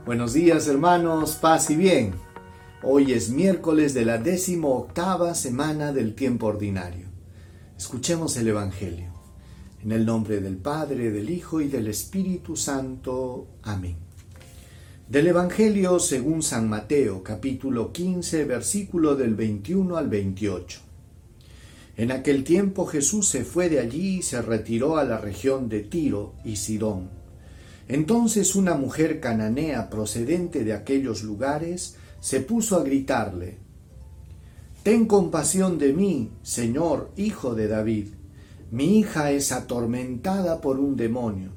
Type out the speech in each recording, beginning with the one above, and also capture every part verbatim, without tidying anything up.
Buenos días, hermanos, paz y bien. Hoy es miércoles de la décimo octava semana del tiempo ordinario. Escuchemos el Evangelio. En el nombre del Padre, del Hijo y del Espíritu Santo. Amén. Del Evangelio según San Mateo, capítulo quince, versículo del veintiuno al veintiocho. En aquel tiempo Jesús se fue de allí y se retiró a la región de Tiro y Sidón. Entonces una mujer cananea procedente de aquellos lugares se puso a gritarle: «Ten compasión de mí, Señor, hijo de David. Mi hija es atormentada por un demonio».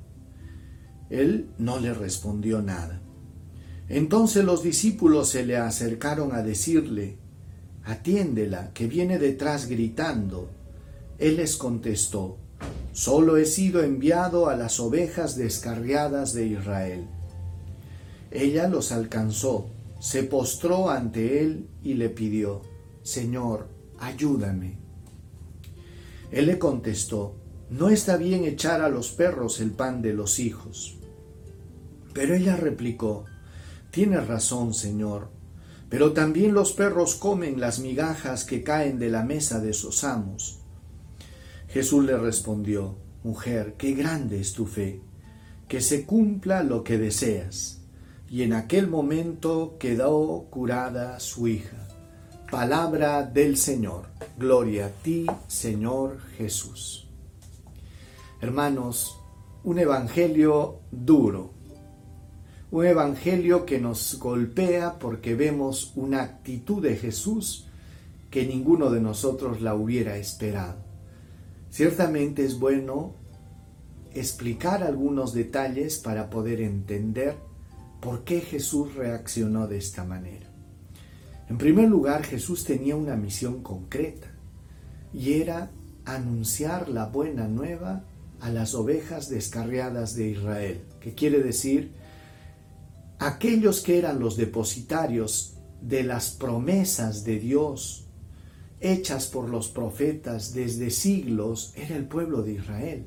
Él no le respondió nada. Entonces los discípulos se le acercaron a decirle: «Atiéndela, que viene detrás gritando». Él les contestó: «Solo he sido enviado a las ovejas descarriadas de Israel». Ella los alcanzó, se postró ante él y le pidió: «Señor, ayúdame». Él le contestó: «No está bien echar a los perros el pan de los hijos». Pero ella replicó: «Tienes razón, Señor, pero también los perros comen las migajas que caen de la mesa de sus amos». Jesús le respondió: «Mujer, qué grande es tu fe, que se cumpla lo que deseas». Y en aquel momento quedó curada su hija. Palabra del Señor. Gloria a ti, Señor Jesús. Hermanos, un evangelio duro, un evangelio que nos golpea porque vemos una actitud de Jesús que ninguno de nosotros la hubiera esperado. Ciertamente es bueno explicar algunos detalles para poder entender por qué Jesús reaccionó de esta manera. En primer lugar, Jesús tenía una misión concreta y era anunciar la buena nueva a las ovejas descarriadas de Israel, que quiere decir aquellos que eran los depositarios de las promesas de Dios hechas por los profetas desde siglos, era el pueblo de Israel.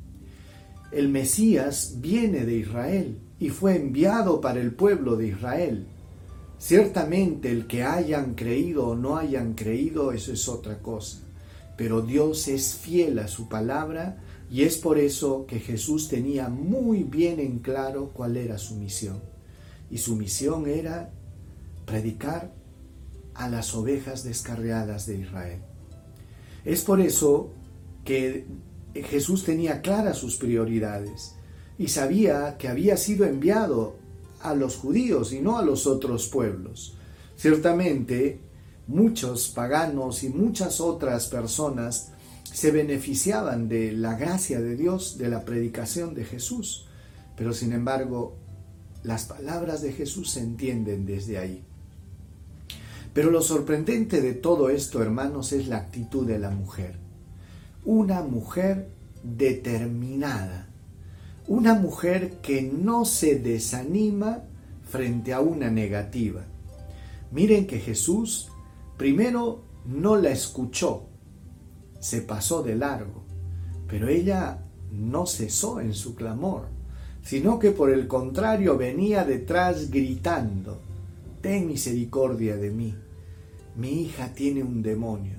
El Mesías viene de Israel y fue enviado para el pueblo de Israel. Ciertamente el que hayan creído o no hayan creído, eso es otra cosa. Pero Dios es fiel a su palabra y es por eso que Jesús tenía muy bien en claro cuál era su misión. Y su misión era predicar a las ovejas descarriadas de Israel. Es por eso que Jesús tenía claras sus prioridades y sabía que había sido enviado a los judíos y no a los otros pueblos. Ciertamente, muchos paganos y muchas otras personas se beneficiaban de la gracia de Dios, de la predicación de Jesús, pero sin embargo, las palabras de Jesús se entienden desde ahí. Pero lo sorprendente de todo esto, hermanos, es la actitud de la mujer. Una mujer determinada. Una mujer que no se desanima frente a una negativa. Miren que Jesús primero no la escuchó, se pasó de largo, pero ella no cesó en su clamor, sino que por el contrario venía detrás gritando: «Ten misericordia de mí, mi hija tiene un demonio».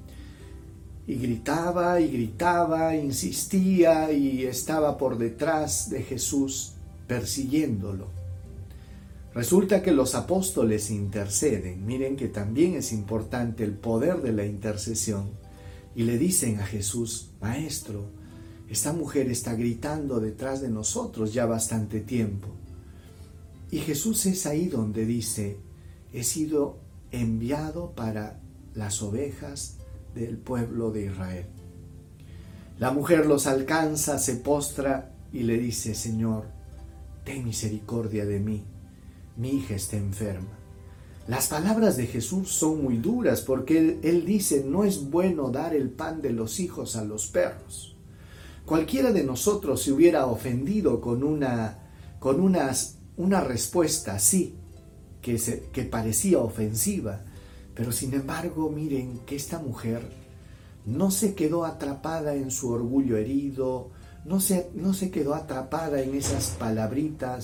Y gritaba y gritaba, insistía y estaba por detrás de Jesús persiguiéndolo. Resulta que los apóstoles interceden. Miren que también es importante el poder de la intercesión. Y le dicen a Jesús: «Maestro, esta mujer está gritando detrás de nosotros ya bastante tiempo». Y Jesús es ahí donde dice: «He sido enviado para las ovejas del pueblo de Israel». La mujer los alcanza, se postra y le dice: «Señor, ten misericordia de mí, mi hija está enferma». Las palabras de Jesús son muy duras porque él, él dice: «No es bueno dar el pan de los hijos a los perros». Cualquiera de nosotros se hubiera ofendido con una, con unas, una respuesta así, que, se, que parecía ofensiva. Pero sin embargo, miren que esta mujer no se quedó atrapada en su orgullo herido, no se, no se quedó atrapada en esas palabritas,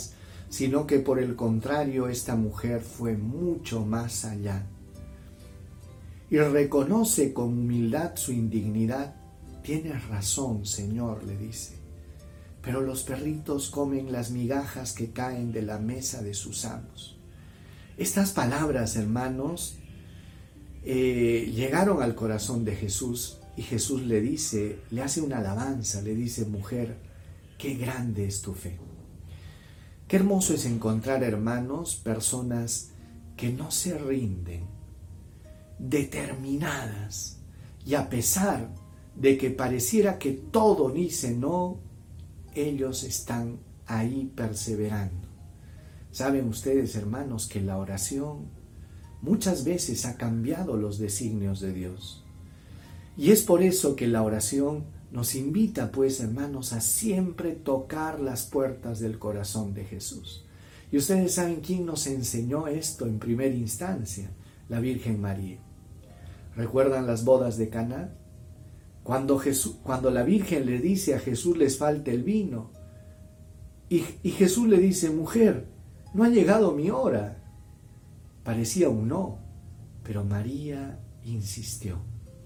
sino que por el contrario esta mujer fue mucho más allá. Y reconoce con humildad su indignidad. Tienes razón, Señor, le dice, pero los perritos comen las migajas que caen de la mesa de sus amos. Estas palabras, hermanos, eh, llegaron al corazón de Jesús y Jesús le dice, le hace una alabanza, le dice, mujer, qué grande es tu fe. Qué hermoso es encontrar, hermanos, personas que no se rinden, determinadas, y a pesar de que pareciera que todo dice no, ellos están ahí perseverando. Saben ustedes, hermanos, que la oración muchas veces ha cambiado los designios de Dios. Y es por eso que la oración nos invita, pues, hermanos, a siempre tocar las puertas del corazón de Jesús. Y ustedes saben quién nos enseñó esto en primera instancia, la Virgen María. ¿Recuerdan las bodas de Caná? Cuando, Jesús, cuando la Virgen le dice a Jesús, les falta el vino, y, y Jesús le dice, mujer, no ha llegado mi hora. Parecía un no, pero María insistió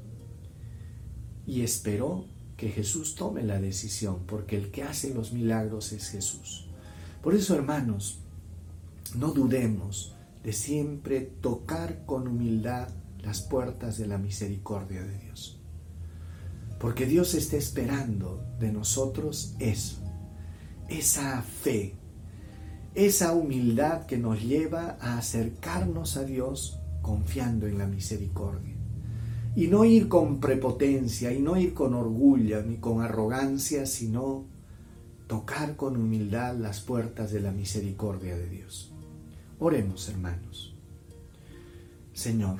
y esperó que Jesús tome la decisión, porque el que hace los milagros es Jesús. Por eso, hermanos, no dudemos de siempre tocar con humildad las puertas de la misericordia de Dios, porque Dios está esperando de nosotros eso, esa fe, esa humildad que nos lleva a acercarnos a Dios confiando en la misericordia. Y no ir con prepotencia, y no ir con orgullo, ni con arrogancia, sino tocar con humildad las puertas de la misericordia de Dios. Oremos, hermanos. Señor,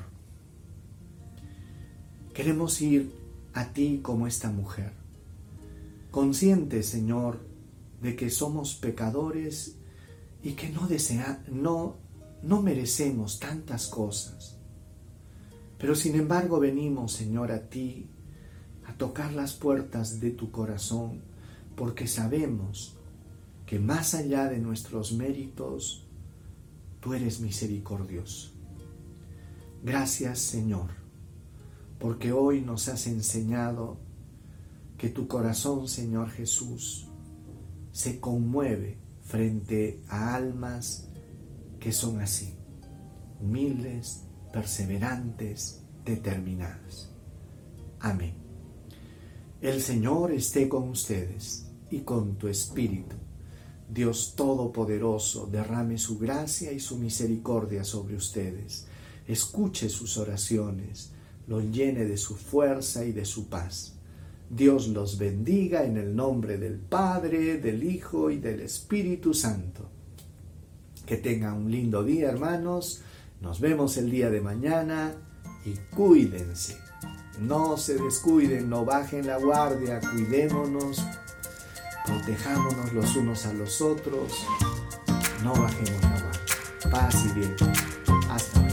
queremos ir a ti como esta mujer, conscientes, Señor, de que somos pecadores y que no desea, no, no merecemos tantas cosas. Pero sin embargo venimos, Señor, a ti, a tocar las puertas de tu corazón, porque sabemos que más allá de nuestros méritos, tú eres misericordioso. Gracias, Señor, porque hoy nos has enseñado que tu corazón, Señor Jesús, se conmueve frente a almas que son así, humildes, perseverantes, determinadas. Amén. El Señor esté con ustedes y con tu espíritu. Dios Todopoderoso derrame su gracia y su misericordia sobre ustedes. Escuche sus oraciones, los llene de su fuerza y de su paz. Dios los bendiga en el nombre del Padre, del Hijo y del Espíritu Santo. Que tengan un lindo día, hermanos. Nos vemos el día de mañana y cuídense. No se descuiden, no bajen la guardia, cuidémonos, protejámonos los unos a los otros, no bajemos la guardia. Paz y bien. Hasta luego.